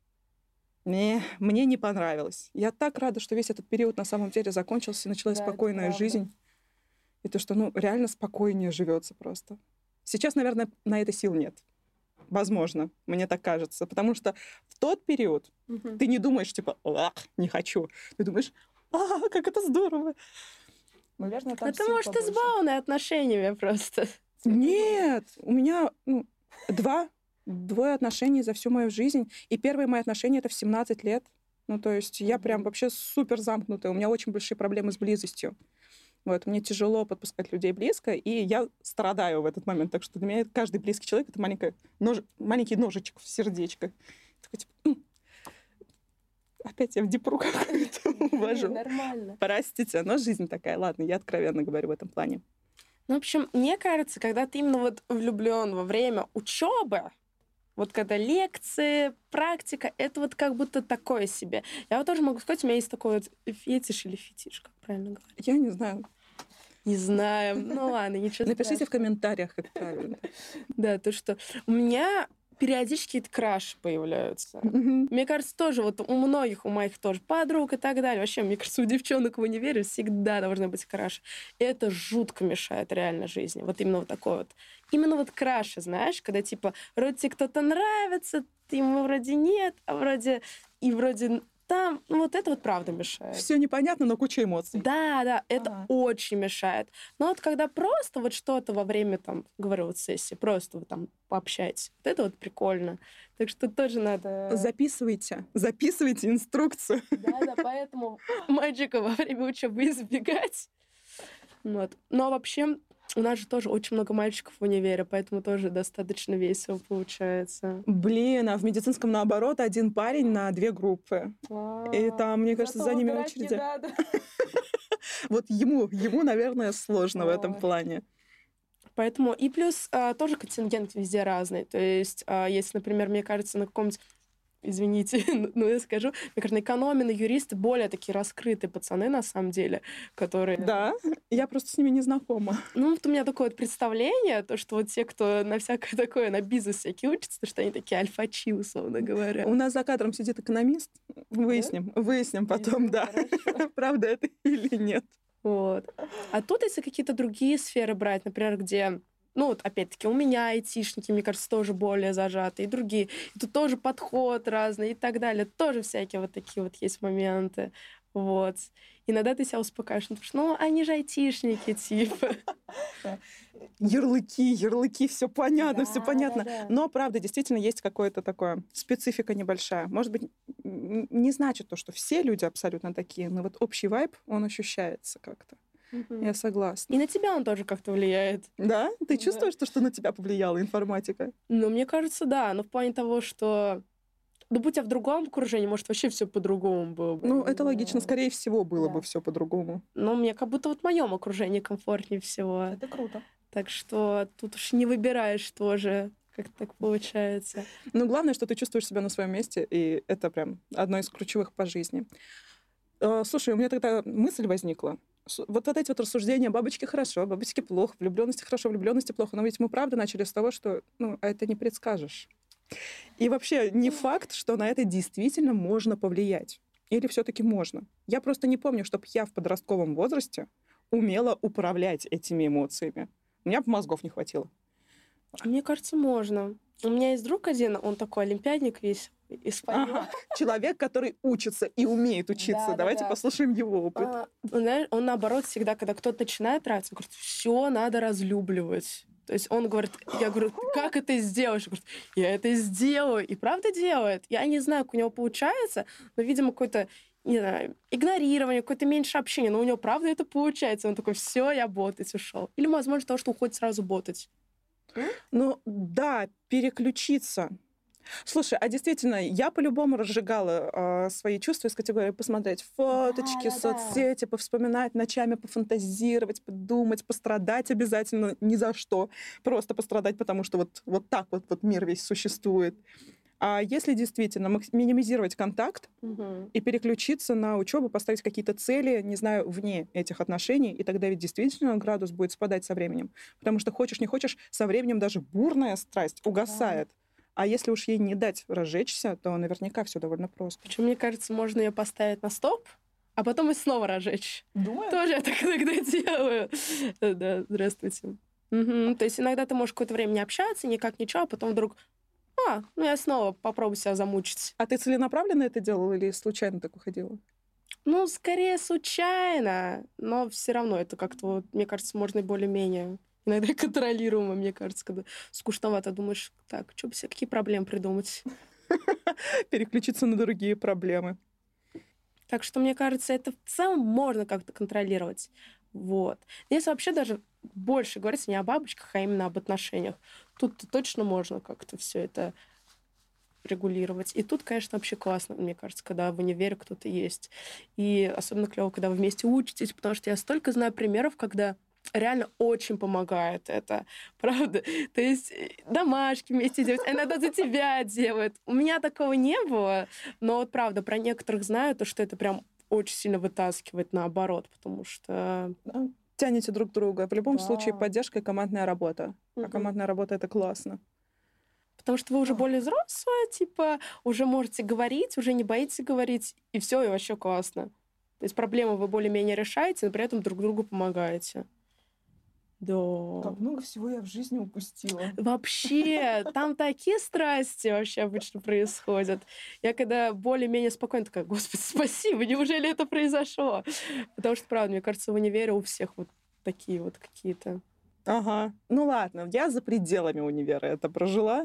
A: не, мне не понравилось. Я так рада, что весь этот период на самом деле закончился, и началась
B: Да, это
A: спокойная
B: правда.
A: жизнь. И то, что, ну, реально спокойнее живется просто. Сейчас, наверное, на это сил нет. Возможно, мне так кажется. Потому что в тот период
B: Мгм.
A: ты не думаешь, типа, «Ах, не хочу». Ты думаешь, а, как это здорово. Наверное, там
B: Это,
A: сил
B: может,
A: побольше.
B: избалованные отношениями просто.
A: Нет, у меня ну, два, двое отношений за всю мою жизнь. И первые мои отношения — это в семнадцать лет. Ну, то есть я прям
B: Мгм.
A: вообще супер замкнутая. У меня очень большие проблемы с близостью. Вот, мне тяжело подпускать людей близко, и я страдаю в этот момент. Так что для меня каждый близкий человек — это маленькая нож... маленький ножичек в сердечко. Такой, типа, «М, опять я в депру какую-то увожу».
B: Нормально.
A: Простите, но жизнь такая. Ладно, я откровенно говорю в этом плане.
B: Ну, в общем, мне кажется, когда ты именно вот влюблен во время учебы, вот когда лекции, практика, это вот как будто такое себе. Я вот тоже могу сказать, у меня есть такой вот фетиш или фетиш, как правильно говорить?
A: Я не знаю.
B: Не знаю. Ну ладно, ничего
A: Напишите в
B: страшного.
A: комментариях, как правильно.
B: Да, то, что у меня периодически какие-то краши появляются.
A: Мгм.
B: Мне кажется, тоже вот у многих, у моих тоже подруг и так далее. Вообще, мне кажется, у девчонок в универе всегда должны быть краши. И это жутко мешает реально жизни. Вот именно вот такой вот. Именно вот краши, знаешь, когда типа вроде тебе кто-то нравится, ты ему вроде нет, а вроде и вроде там. Ну вот это вот правда мешает.
A: Все непонятно, но куча эмоций.
B: Да, да, это
A: Ага.
B: очень мешает. Но вот когда просто вот что-то во время, там, говорю, вот сессии, просто вы там пообщаетесь, вот это вот прикольно. Так что тоже надо...
A: Записывайте, записывайте инструкцию.
B: Да, да, поэтому мальчика во время учебы избегать. Вот. Но вообще у нас же тоже очень много мальчиков в универе, поэтому тоже достаточно весело получается.
A: Блин, а в медицинском наоборот один парень на две группы. И там, мне кажется, за ними очереди. Вот ему, ему, наверное, сложно в этом
B: Ой.
A: плане.
B: Поэтому и плюс а, тоже контингент везде разный. То есть, а, если, например, мне кажется, на каком-нибудь, извините, ну я скажу, мне кажется, на экономе, на юристы более такие раскрытые пацаны, на самом деле, которые...
A: Да, я просто с ними не знакома.
B: Ну, вот у меня такое вот представление, то, что вот те, кто на всякое такое, на бизнес всякие учатся, то, что они такие альфачи, условно говоря.
A: У нас за кадром сидит экономист. Выясним, выясним потом,
B: Выясним,
A: да.
B: хорошо.
A: Правда это или нет.
B: Вот. А тут, если какие-то другие сферы брать, например, где, ну вот опять-таки у меня айтишники, мне кажется, тоже более зажаты, и другие. И тут тоже подход разный и так далее. Тоже всякие вот такие вот есть моменты. Вот. Иногда ты себя успокаиваешь, потому что, ну, они же айтишники, типа.
A: Ярлыки, ярлыки, все понятно, все
B: Да,
A: понятно.
B: да, да.
A: Но, правда, действительно есть какое-то такое специфика небольшая. Может быть, н- не значит то, что все люди абсолютно такие, но вот общий вайб, он ощущается как-то.
B: Мгм.
A: Я согласна.
B: И на тебя он тоже как-то влияет.
A: Да? Ты
B: Да.
A: чувствуешь, то, что на тебя повлияла информатика?
B: Ну, мне кажется, да. Но в плане того, что... Ну, будь я в другом окружении, может, вообще все по-другому было бы.
A: Ну,
B: Не
A: это логично.
B: знаю.
A: Скорее всего, было
B: Да.
A: бы все по-другому.
B: Но мне как будто вот в моем окружении комфортнее всего.
A: Это круто.
B: Так что тут уж не выбираешь тоже, как так получается.
A: Но главное, что ты чувствуешь себя на своем месте, и это прям одно из ключевых по жизни. Э, Слушай, у меня тогда мысль возникла. с- вот, вот эти вот рассуждения, бабочки хорошо, бабочки плохо, влюбленности хорошо, влюбленности плохо. Но ведь мы правда начали с того, что, ну, это не предскажешь. И вообще не факт, что на это действительно можно повлиять. Или все-таки можно. Я просто не помню, чтобы я в подростковом возрасте умела управлять этими эмоциями. У меня бы мозгов не хватило.
B: Мне кажется, можно. У меня есть друг один, он такой олимпиадник весь, испанец.
A: Ага. Человек, который учится и умеет учиться.
B: Да, да,
A: Давайте
B: да.
A: послушаем его опыт.
B: А, знаешь, он наоборот всегда, когда кто-то начинает нравиться, он говорит, все надо разлюбливать. То есть он говорит, я говорю, ты как это сделаешь? Он говорит, я это сделаю. И правда делает. Я не знаю, как у него получается, но, видимо, какое-то, не знаю, игнорирование, какое-то меньше общения, но у него правда это получается. Он такой, все, я ботать ушел. Или, возможно, то, что уходит сразу ботать.
A: Ну да, переключиться. Слушай, а действительно, я по-любому разжигала э, свои чувства из категории посмотреть фоточки,
B: Да, да, да.
A: соцсети, повспоминать, ночами пофантазировать, подумать, пострадать обязательно ни за что. Просто пострадать, потому что вот, вот так вот, вот мир весь существует. А если действительно макс- минимизировать контакт
B: Мгм.
A: и переключиться на учебу, поставить какие-то цели, не знаю, вне этих отношений, и тогда ведь действительно градус будет спадать со временем. Потому что хочешь, не хочешь, со временем даже бурная страсть угасает. А если уж ей не дать разжечься, то наверняка все довольно просто.
B: Причем, мне кажется, можно ее поставить на стоп, а потом и снова разжечь.
A: Думаю.
B: Тоже я так иногда делаю. Да, здравствуйте. Мгм. То есть иногда ты можешь какое-то время не общаться, никак ничего, а потом вдруг, а, ну я снова попробую себя замучить.
A: А ты целенаправленно это делала или случайно так уходила?
B: Ну, скорее случайно, но все равно это как-то, вот, мне кажется, можно и более-менее иногда контролируемо, мне кажется, когда скучновато думаешь, так, что бы себе, какие проблемы придумать.
A: Переключиться на другие проблемы.
B: Так что, мне кажется, это в целом можно как-то контролировать. Вот. Если вообще даже больше говорить не о бабочках, а именно об отношениях, тут точно можно как-то все это регулировать. И тут, конечно, вообще классно, мне кажется, когда в универе кто-то есть. И особенно клево, когда вы вместе учитесь, потому что я столько знаю примеров, когда реально очень помогает это, правда. То есть э, домашки вместе делать, а иногда за тебя делают. У меня такого не было, но вот правда, про некоторых знаю, то, что это прям очень сильно вытаскивает наоборот, потому что...
A: Да. Тянете друг друга. В любом
B: Да.
A: случае поддержка и командная работа. А
B: Мгм.
A: командная работа — это классно.
B: Потому что вы уже более взрослые, типа, уже можете говорить, уже не боитесь говорить, и все, и вообще классно. То есть проблемы вы более-менее решаете, но при этом друг другу помогаете. Да.
A: много всего я в жизни упустила.
B: Вообще, там такие страсти вообще обычно происходят. Я когда более-менее спокойно такая, господи, спасибо, неужели это произошло? Потому что, правда, мне кажется, в универе у всех вот такие вот какие-то.
A: Ага. Ну ладно, я за пределами универа это прожила.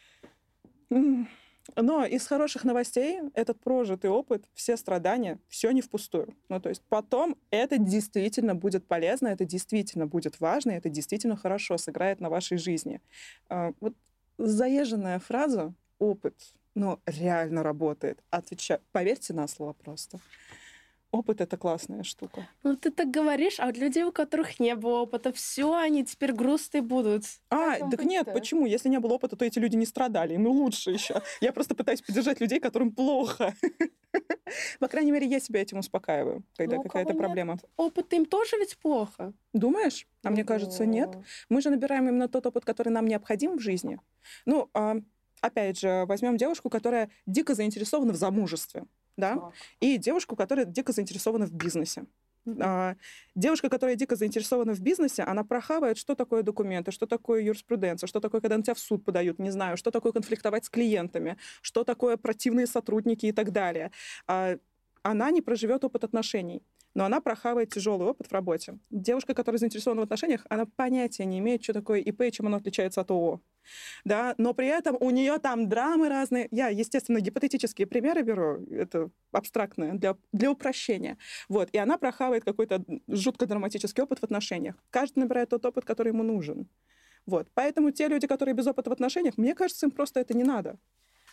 A: М. Но из хороших новостей этот прожитый опыт, все страдания, все не впустую. Ну, то есть потом это действительно будет полезно, это действительно будет важно, это действительно хорошо сыграет на вашей жизни. А, вот заезженная фраза «опыт», но реально работает. Отвечаю, поверьте на слово просто. Опыт — это классная штука.
B: Ну, ты так говоришь, а вот людей, у которых не было опыта, все, они теперь грустные будут.
A: А,
B: Как вам
A: так нет,
B: быть-то?
A: почему? Если не было опыта, то эти люди не страдали. Им лучше еще. Я просто пытаюсь поддержать людей, которым плохо. По крайней мере, я себя этим успокаиваю, когда
B: Ну, у
A: какая-то
B: кого нет
A: проблема.
B: опыта, им тоже ведь плохо.
A: Думаешь? А мне кажется, нет.
B: Да.
A: Мы же набираем именно тот опыт, который нам необходим в жизни. Ну, а, опять же, возьмем девушку, которая дико заинтересована в замужестве, да,
B: Так.
A: и девушку, которая дико заинтересована в бизнесе.
B: Мгм.
A: А, девушка, которая дико заинтересована в бизнесе, она прохавает, что такое документы, что такое юриспруденция, что такое, когда на тебя в суд подают, не знаю, что такое конфликтовать с клиентами, что такое противные сотрудники и так далее. А, она не проживет опыт отношений, но она прохавает тяжелый опыт в работе. Девушка, которая заинтересована в отношениях, она понятия не имеет, что такое ИП и чем оно отличается от ООО. Да? Но при этом у нее там драмы разные. Я, естественно, гипотетические примеры беру, это абстрактное, для, для упрощения. Вот. И она прохавает какой-то жутко драматический опыт в отношениях. Каждый набирает тот опыт, который ему нужен. Вот. Поэтому те люди, которые без опыта в отношениях, мне кажется, им просто это не надо.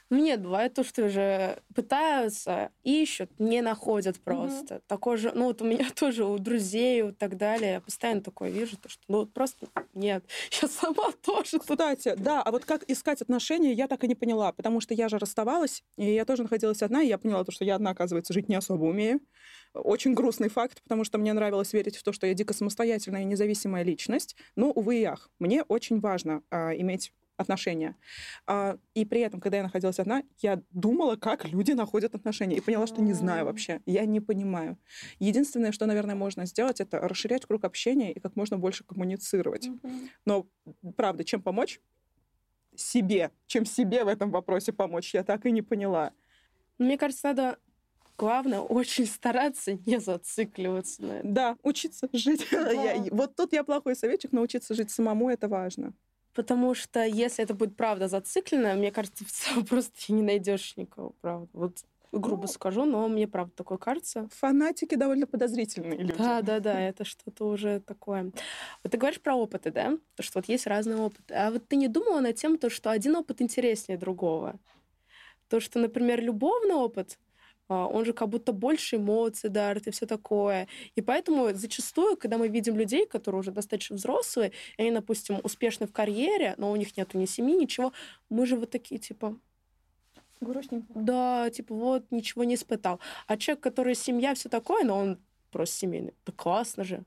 B: Нет, бывает то, что уже пытаются, ищут, не находят просто. Mm-hmm. Такое же, ну вот у меня тоже, у друзей и так далее, я постоянно такое вижу, то, что ну вот просто нет. Я сама тоже.
A: Кстати, да, а вот как искать отношения, я так и не поняла, потому что я же расставалась, и я тоже находилась одна, и я поняла, то, что я одна, оказывается, жить не особо умею. Очень грустный факт, потому что мне нравилось верить в то, что я дико самостоятельная и независимая личность. Но, увы и ах, мне очень важно а, иметь отношения. А, и при этом, когда я находилась одна, я думала, как люди находят отношения. И поняла, что не знаю вообще. Я не понимаю. Единственное, что, наверное, можно сделать, это расширять круг общения и как можно больше коммуницировать. Mm-hmm. Но, правда, чем помочь? Себе. Чем себе в этом вопросе помочь, я так и не поняла.
B: Мне кажется, надо... Главное, очень стараться не зацикливаться на это.
A: Да, учиться жить. Да. Я, вот тут я плохой советчик, но учиться жить самому — это важно.
B: Потому что если это будет правда зациклено, мне кажется, в целом просто не найдешь никого, правда. Вот грубо ну, скажу, но мне правда такое кажется.
A: Фанатики довольно подозрительные люди.
B: Да, да, да, это что-то уже такое. Вот ты говоришь про опыты, да? Что вот есть разные опыты. А вот ты не думала над тем, что один опыт интереснее другого? То, что, например, любовный опыт, он же как будто больше эмоций дарит и все такое. И поэтому зачастую, когда мы видим людей, которые уже достаточно взрослые, и они, допустим, успешны в карьере, но у них нету ни семьи, ничего, мы же вот такие, типа...
A: Грустненько.
B: Да, типа вот, ничего не испытал. А человек, который семья, все такое, но он просто семейный. Да классно же.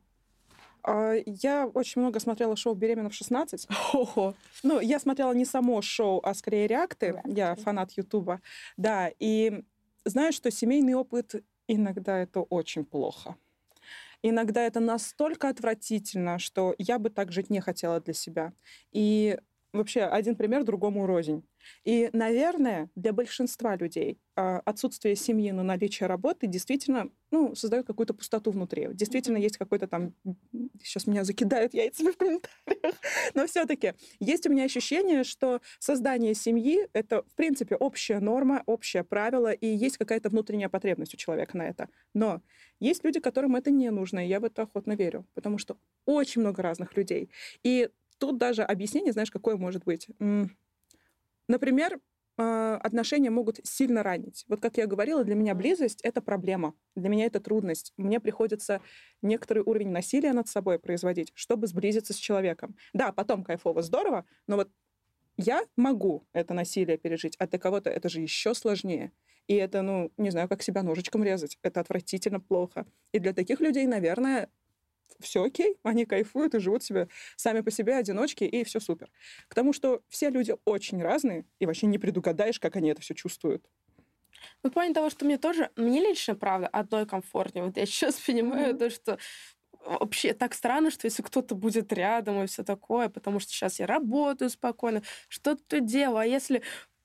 A: Я очень много смотрела шоу «Беременна в шестнадцать».
B: Ого.
A: Ну, я смотрела не само шоу, а скорее реакты.
B: Реакты.
A: Я фанат Ютуба. Да, и... Знаю, что семейный опыт иногда это очень плохо. Иногда это настолько отвратительно, что я бы так жить не хотела для себя. И вообще один пример другому рознь. И, наверное, для большинства людей отсутствие семьи, но наличие работы действительно ну, создает какую-то пустоту внутри. Действительно есть какой-то там... Сейчас меня закидают яйцами в комментариях. Но все-таки есть у меня ощущение, что создание семьи — это, в принципе, общая норма, общее правило, и есть какая-то внутренняя потребность у человека на это. Но есть люди, которым это не нужно, и я в это охотно верю, потому что очень много разных людей. И тут даже объяснение, знаешь, какое может быть? Например, отношения могут сильно ранить. Вот как я говорила, для меня близость — это проблема, для меня это трудность. Мне приходится некоторый уровень насилия над собой производить, чтобы сблизиться с человеком. Да, потом кайфово, здорово, но вот я могу это насилие пережить, а для кого-то это же еще сложнее. И это, ну, не знаю, как себя ножичком резать. Это отвратительно плохо. И для таких людей, наверное, все окей, они кайфуют и живут себе сами по себе, одиночки, и все супер. К тому, что все люди очень разные, и вообще не предугадаешь, как они это все чувствуют.
B: Ну, в плане того, что мне тоже, мне лично, правда, одной комфортнее. Вот я сейчас понимаю mm-hmm. то, что вообще так странно, что если кто-то будет рядом и все такое, потому что сейчас я работаю спокойно, что-то делаю, а если...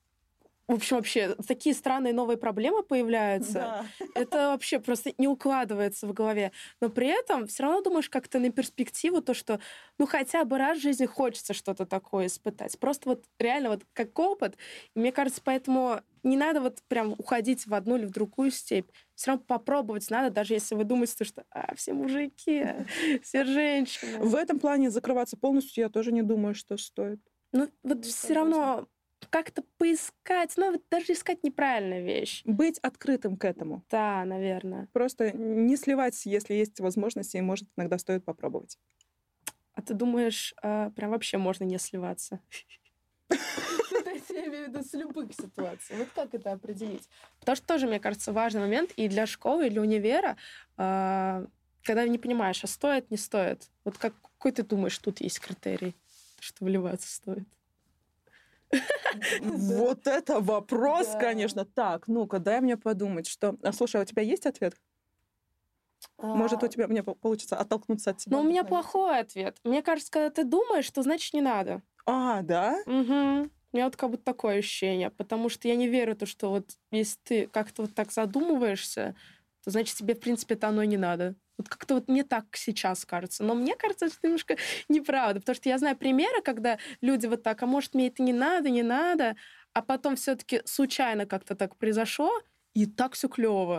B: В общем, вообще, такие странные новые проблемы появляются.
A: Да.
B: Это вообще просто не укладывается в голове. Но при этом все равно думаешь как-то на перспективу, то, что ну хотя бы раз в жизни хочется что-то такое испытать. Просто вот реально вот как опыт. И мне кажется, поэтому не надо вот прям уходить в одну или в другую степь. Все равно попробовать надо, даже если вы думаете, что а, все мужики, все женщины.
A: В этом плане закрываться полностью я тоже не думаю, что стоит.
B: Ну вот все равно... как-то поискать, ну, вот даже искать неправильную вещь.
A: Быть открытым к этому.
B: Да, наверное.
A: Просто не сливать, если есть возможности, и, может, иногда стоит попробовать.
B: А ты думаешь, прям вообще можно не сливаться? Я имею в виду с любых ситуаций. Вот как это определить? Потому что тоже, мне кажется, важный момент и для школы, и для универа, когда не понимаешь, а стоит, не стоит. Вот какой ты думаешь, тут есть критерий, что вливаться стоит?
A: Вот это вопрос, да. Конечно. Так, ну-ка, дай мне подумать, что... А, слушай, а у тебя есть ответ? А... Может, у тебя мне получится оттолкнуться от тебя?
B: Ну, у меня плохой ответ. Мне кажется, когда ты думаешь, то значит не надо.
A: А, да?
B: Угу. У меня вот как будто такое ощущение, потому что я не верю в то, что вот если ты как-то вот так задумываешься, то значит тебе, в принципе, это оно и не надо. Вот как-то вот мне так сейчас кажется. Но мне кажется, что это немножко неправда, потому что я знаю примеры, когда люди вот так, а может, мне это не надо, не надо, а потом все-таки случайно как-то так произошло, и так все клево.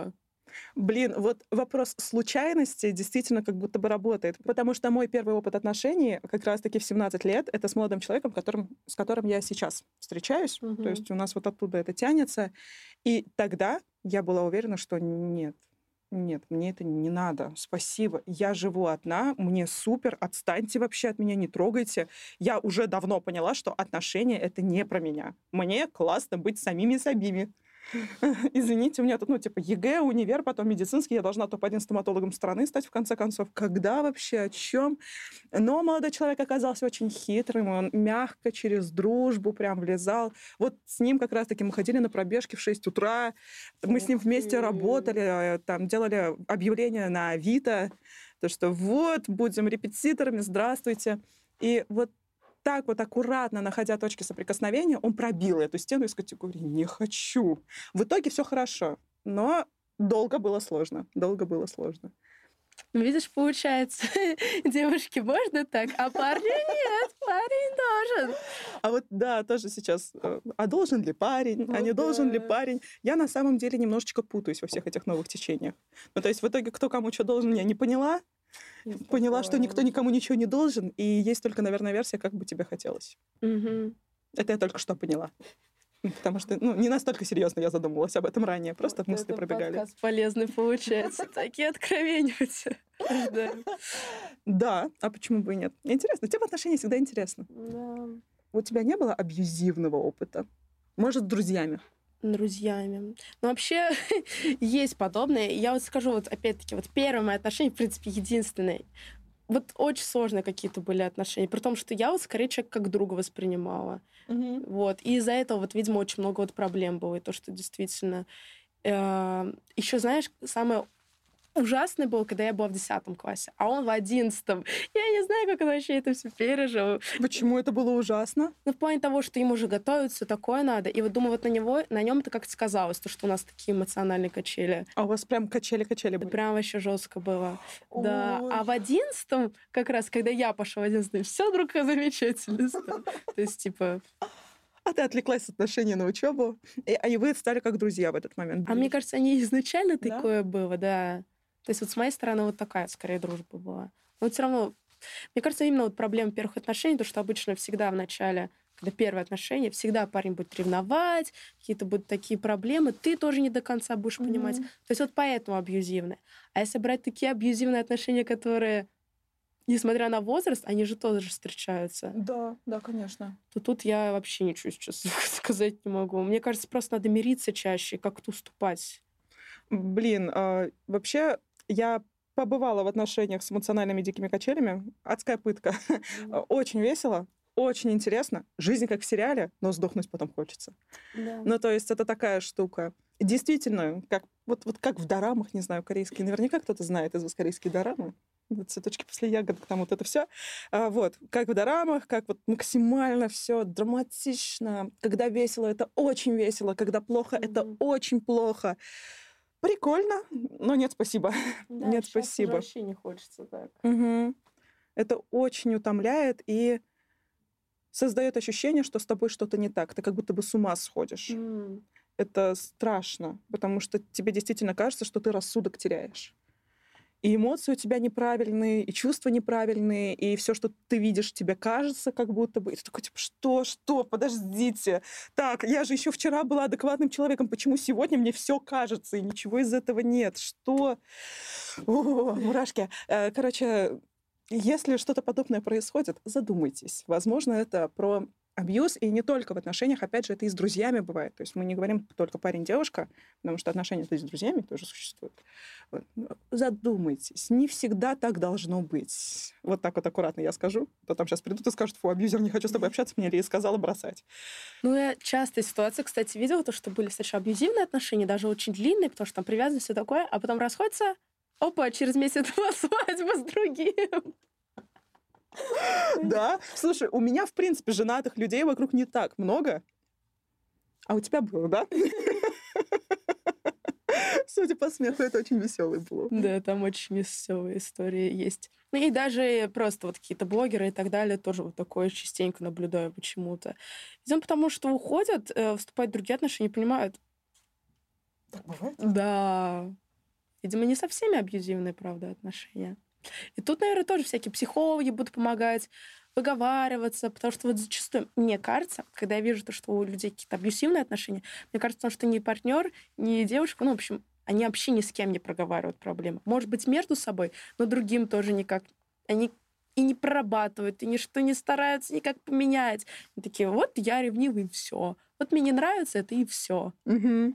A: Блин, вот вопрос случайности действительно как будто бы работает. Потому что мой первый опыт отношений как раз-таки в семнадцать лет — это с молодым человеком, которым, с которым я сейчас встречаюсь. То
B: Мгм.
A: есть у нас вот оттуда это тянется. И тогда я была уверена, что нет, нет, мне это не надо. Спасибо. Я живу одна, мне супер, отстаньте вообще от меня, не трогайте. Я уже давно поняла, что отношения — это не про меня. Мне классно быть самими собими. Извините, у меня тут, ну, типа, ЕГЭ, универ, потом медицинский, я должна топ один стоматологом страны стать, в конце концов. Когда вообще, о чем? Но молодой человек оказался очень хитрым, он мягко через дружбу прям влезал. Вот с ним как раз-таки мы ходили на пробежки в шесть утра, мы с ним
B: Ух
A: вместе
B: ты.
A: работали, э, там, делали объявления на Авито, то, что вот, будем репетиторами, здравствуйте. И вот так вот аккуратно, находя точки соприкосновения, он пробил эту стену из категории «не хочу». В итоге все хорошо, но долго было сложно, долго было сложно.
B: Ну, видишь, получается, девушке можно так, а парню нет, парень должен.
A: А вот да, тоже сейчас, э, а должен ли парень, а
B: Ну
A: не должен ли
B: да.
A: парень? Я на самом деле немножечко путаюсь во всех этих новых течениях. Ну, то есть в итоге кто кому что должен, я не поняла.
B: Есть
A: Поняла, что никто
B: такое.
A: никому ничего не должен, и есть только, наверное, версия, как бы тебе хотелось.
B: Мгм.
A: Это я только что поняла. Потому что, ну, не настолько серьезно я задумывалась об этом ранее, просто
B: Вот
A: мысли
B: это
A: пробегали.
B: подкаст полезный получается. Такие откровения у тебя. Да.
A: Да, а почему бы и нет? Интересно, тема отношений всегда интересна.
B: Да.
A: У тебя не было абьюзивного опыта? Может, с друзьями?
B: Друзьями. Ну, вообще, есть подобное. Я вот скажу, вот опять-таки, вот первые мои отношения, в принципе, единственные. Вот очень сложные какие-то были отношения. При том, что я вот скорее человека как друга воспринимала.
A: Мгм.
B: Вот. И из-за этого, вот, видимо, очень много вот проблем было. И то, что действительно... Еще, знаешь, самое ужасное было, когда я была в десятом классе, а он в одиннадцатом. Я не знаю, как он вообще это все пережил.
A: Почему это было ужасно?
B: Ну, в плане того, что ему уже готовить, все такое надо. И вот думаю, вот на него, на нем это как-то сказалось, то, что у нас такие эмоциональные качели.
A: А у вас прям качели-качели
B: Это
A: были?
B: прям вообще жестко было. Да.
A: Ой.
B: А в одиннадцатом, как раз, когда я пошла в одиннадцатый, все вдруг замечательно стало. То есть, типа...
A: А ты отвлеклась от отношений на учебу, и, а и вы стали как друзья в этот момент.
B: А мне кажется, они изначально
A: Да?
B: такое было, да. То есть вот с моей стороны вот такая, скорее, дружба была. Но все равно, мне кажется, именно вот проблема первых отношений, то, что обычно всегда в начале, когда первые отношения, всегда парень будет ревновать, какие-то будут такие проблемы, ты тоже не до конца будешь понимать.
A: Мгм.
B: То есть вот поэтому абьюзивные. А если брать такие абьюзивные отношения, которые, несмотря на возраст, они же тоже встречаются,
A: Да, да, конечно.
B: то тут я вообще ничего сейчас сказать не могу. Мне кажется, просто надо мириться чаще, и как-то уступать.
A: Блин, а, вообще я побывала в отношениях с эмоциональными дикими качелями. Адская пытка.
B: Мгм.
A: Очень весело, очень интересно. Жизнь как в сериале, но сдохнуть потом хочется.
B: Да.
A: Ну, то есть это такая штука. Действительно, как, вот, вот как в дорамах, не знаю, корейские. Наверняка кто-то знает из вас корейские дорамы. Вот цветочки после ягодок, там вот это все. Вот, как в дорамах, как вот максимально все драматично. Когда весело, это очень весело. Когда плохо, это
B: Мгм.
A: очень плохо. Прикольно, но нет, спасибо.
B: Да,
A: Нет,
B: щас уже
A: спасибо.
B: вообще не хочется так.
A: Мгм. Это очень утомляет и создает ощущение, что с тобой что-то не так. Ты как будто бы с ума сходишь.
B: М.
A: Это страшно, потому что тебе действительно кажется, что ты рассудок теряешь. И эмоции у тебя неправильные, и чувства неправильные, и все, что ты видишь, тебе кажется, как будто бы. И ты такой, типа, что, что, подождите. Так, я же еще вчера была адекватным человеком, почему сегодня мне все кажется, и ничего из этого нет? Что? О, мурашки. Э, Короче, если что-то подобное происходит, задумайтесь. Возможно, это про абьюз, и не только в отношениях, опять же, это и с друзьями бывает. То есть мы не говорим только парень-девушка, потому что отношения с друзьями тоже существуют. Вот. Задумайтесь. Не всегда так должно быть. Вот так вот аккуратно я скажу. То там сейчас придут и скажут, фу, абьюзер, не хочу с тобой общаться, мне Лия сказала бросать.
B: Ну, я часто ситуация, кстати, видела то, что были сначала абьюзивные отношения, даже очень длинные, потому что там привязанность, все такое, а потом расходятся, опа, через месяц-два свадьба с другим.
A: Да? Слушай, у меня, в принципе, женатых людей вокруг не так много. А у тебя было, да? Судя по смеху, это очень веселый был.
B: Да, там очень веселые истории есть. Ну и даже просто вот какие-то блогеры и так далее тоже вот такое частенько наблюдаю почему-то. Видимо, потому что уходят, э, вступать в другие отношения, понимают.
A: Так бывает?
B: Да. Видимо, не со всеми абьюзивные, правда, отношения. И тут, наверное, тоже всякие психологи будут помогать, выговариваться, потому что вот зачастую, мне кажется, когда я вижу то, что у людей какие-то абьюзивные отношения, мне кажется, что ни партнер, ни девушка, ну, в общем, они вообще ни с кем не проговаривают проблемы. Может быть, между собой, но другим тоже никак. Они и не прорабатывают, и ничто не стараются никак поменять. Они такие, вот я ревнивый, и все. Вот мне не нравится это, и все.
A: Угу.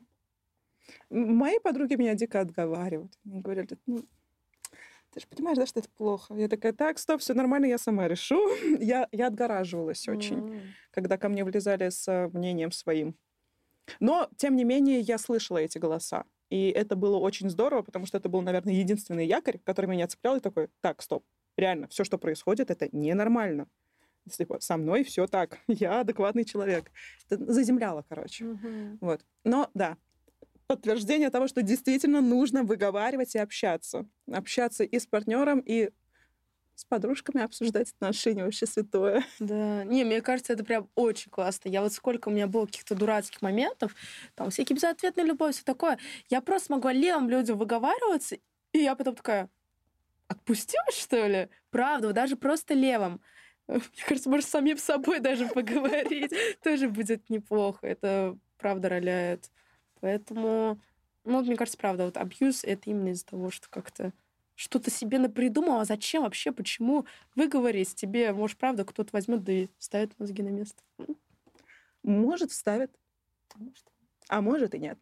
A: Мои подруги меня дико отговаривают. Они говорят, ну, ты же понимаешь, да, что это плохо. Я такая, так, стоп, все нормально, я сама решу. я, я отгораживалась очень, mm. когда ко мне влезали с мнением своим. Но, тем не менее, я слышала эти голоса. И это было очень здорово, потому что это был, наверное, единственный якорь, который меня цеплял, и такой, так, стоп, реально, все, что происходит, это ненормально. Типа, со мной все так, я адекватный человек. Это заземляло, короче. Mm-hmm. Вот. Но, да, подтверждение того, что действительно нужно выговаривать и общаться. Общаться и с партнером, и с подружками обсуждать отношения, вообще святое.
B: Да, не, мне кажется, это прям очень классно. Я вот сколько у меня было каких-то дурацких моментов, там всякие безответные любовь, все такое. Я просто могла левым людям выговариваться, и я потом такая, отпустилась, что ли? Правда, даже просто левым. Мне кажется, может, самим собой даже поговорить тоже будет неплохо. Это правда роляет. Поэтому, ну, мне кажется, правда, вот абьюз — это именно из-за того, что как-то что-то себе напридумал, а зачем вообще, почему выговорить тебе, может, правда, кто-то возьмет да и ставит мозги на место.
A: Может, вставит, может. А может и нет.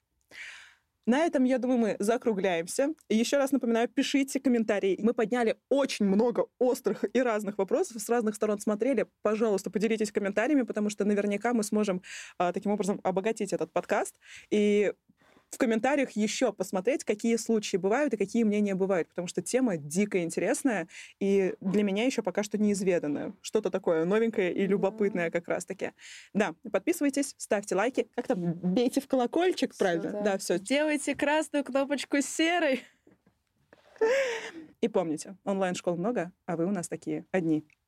A: На этом, я думаю, мы закругляемся. Еще раз напоминаю, пишите комментарии. Мы подняли очень много острых и разных вопросов, с разных сторон смотрели. Пожалуйста, поделитесь комментариями, потому что наверняка мы сможем а, таким образом обогатить этот подкаст. И в комментариях еще посмотреть, какие случаи бывают и какие мнения бывают, потому что тема дико интересная и для меня еще пока что неизведанная. Что-то такое новенькое и любопытное как раз-таки. Да, подписывайтесь, ставьте лайки. Как там? Бейте в колокольчик, всё, правильно? Да. да, все.
B: Делайте красную кнопочку серой.
A: И помните, онлайн-школ много, а вы у нас такие одни.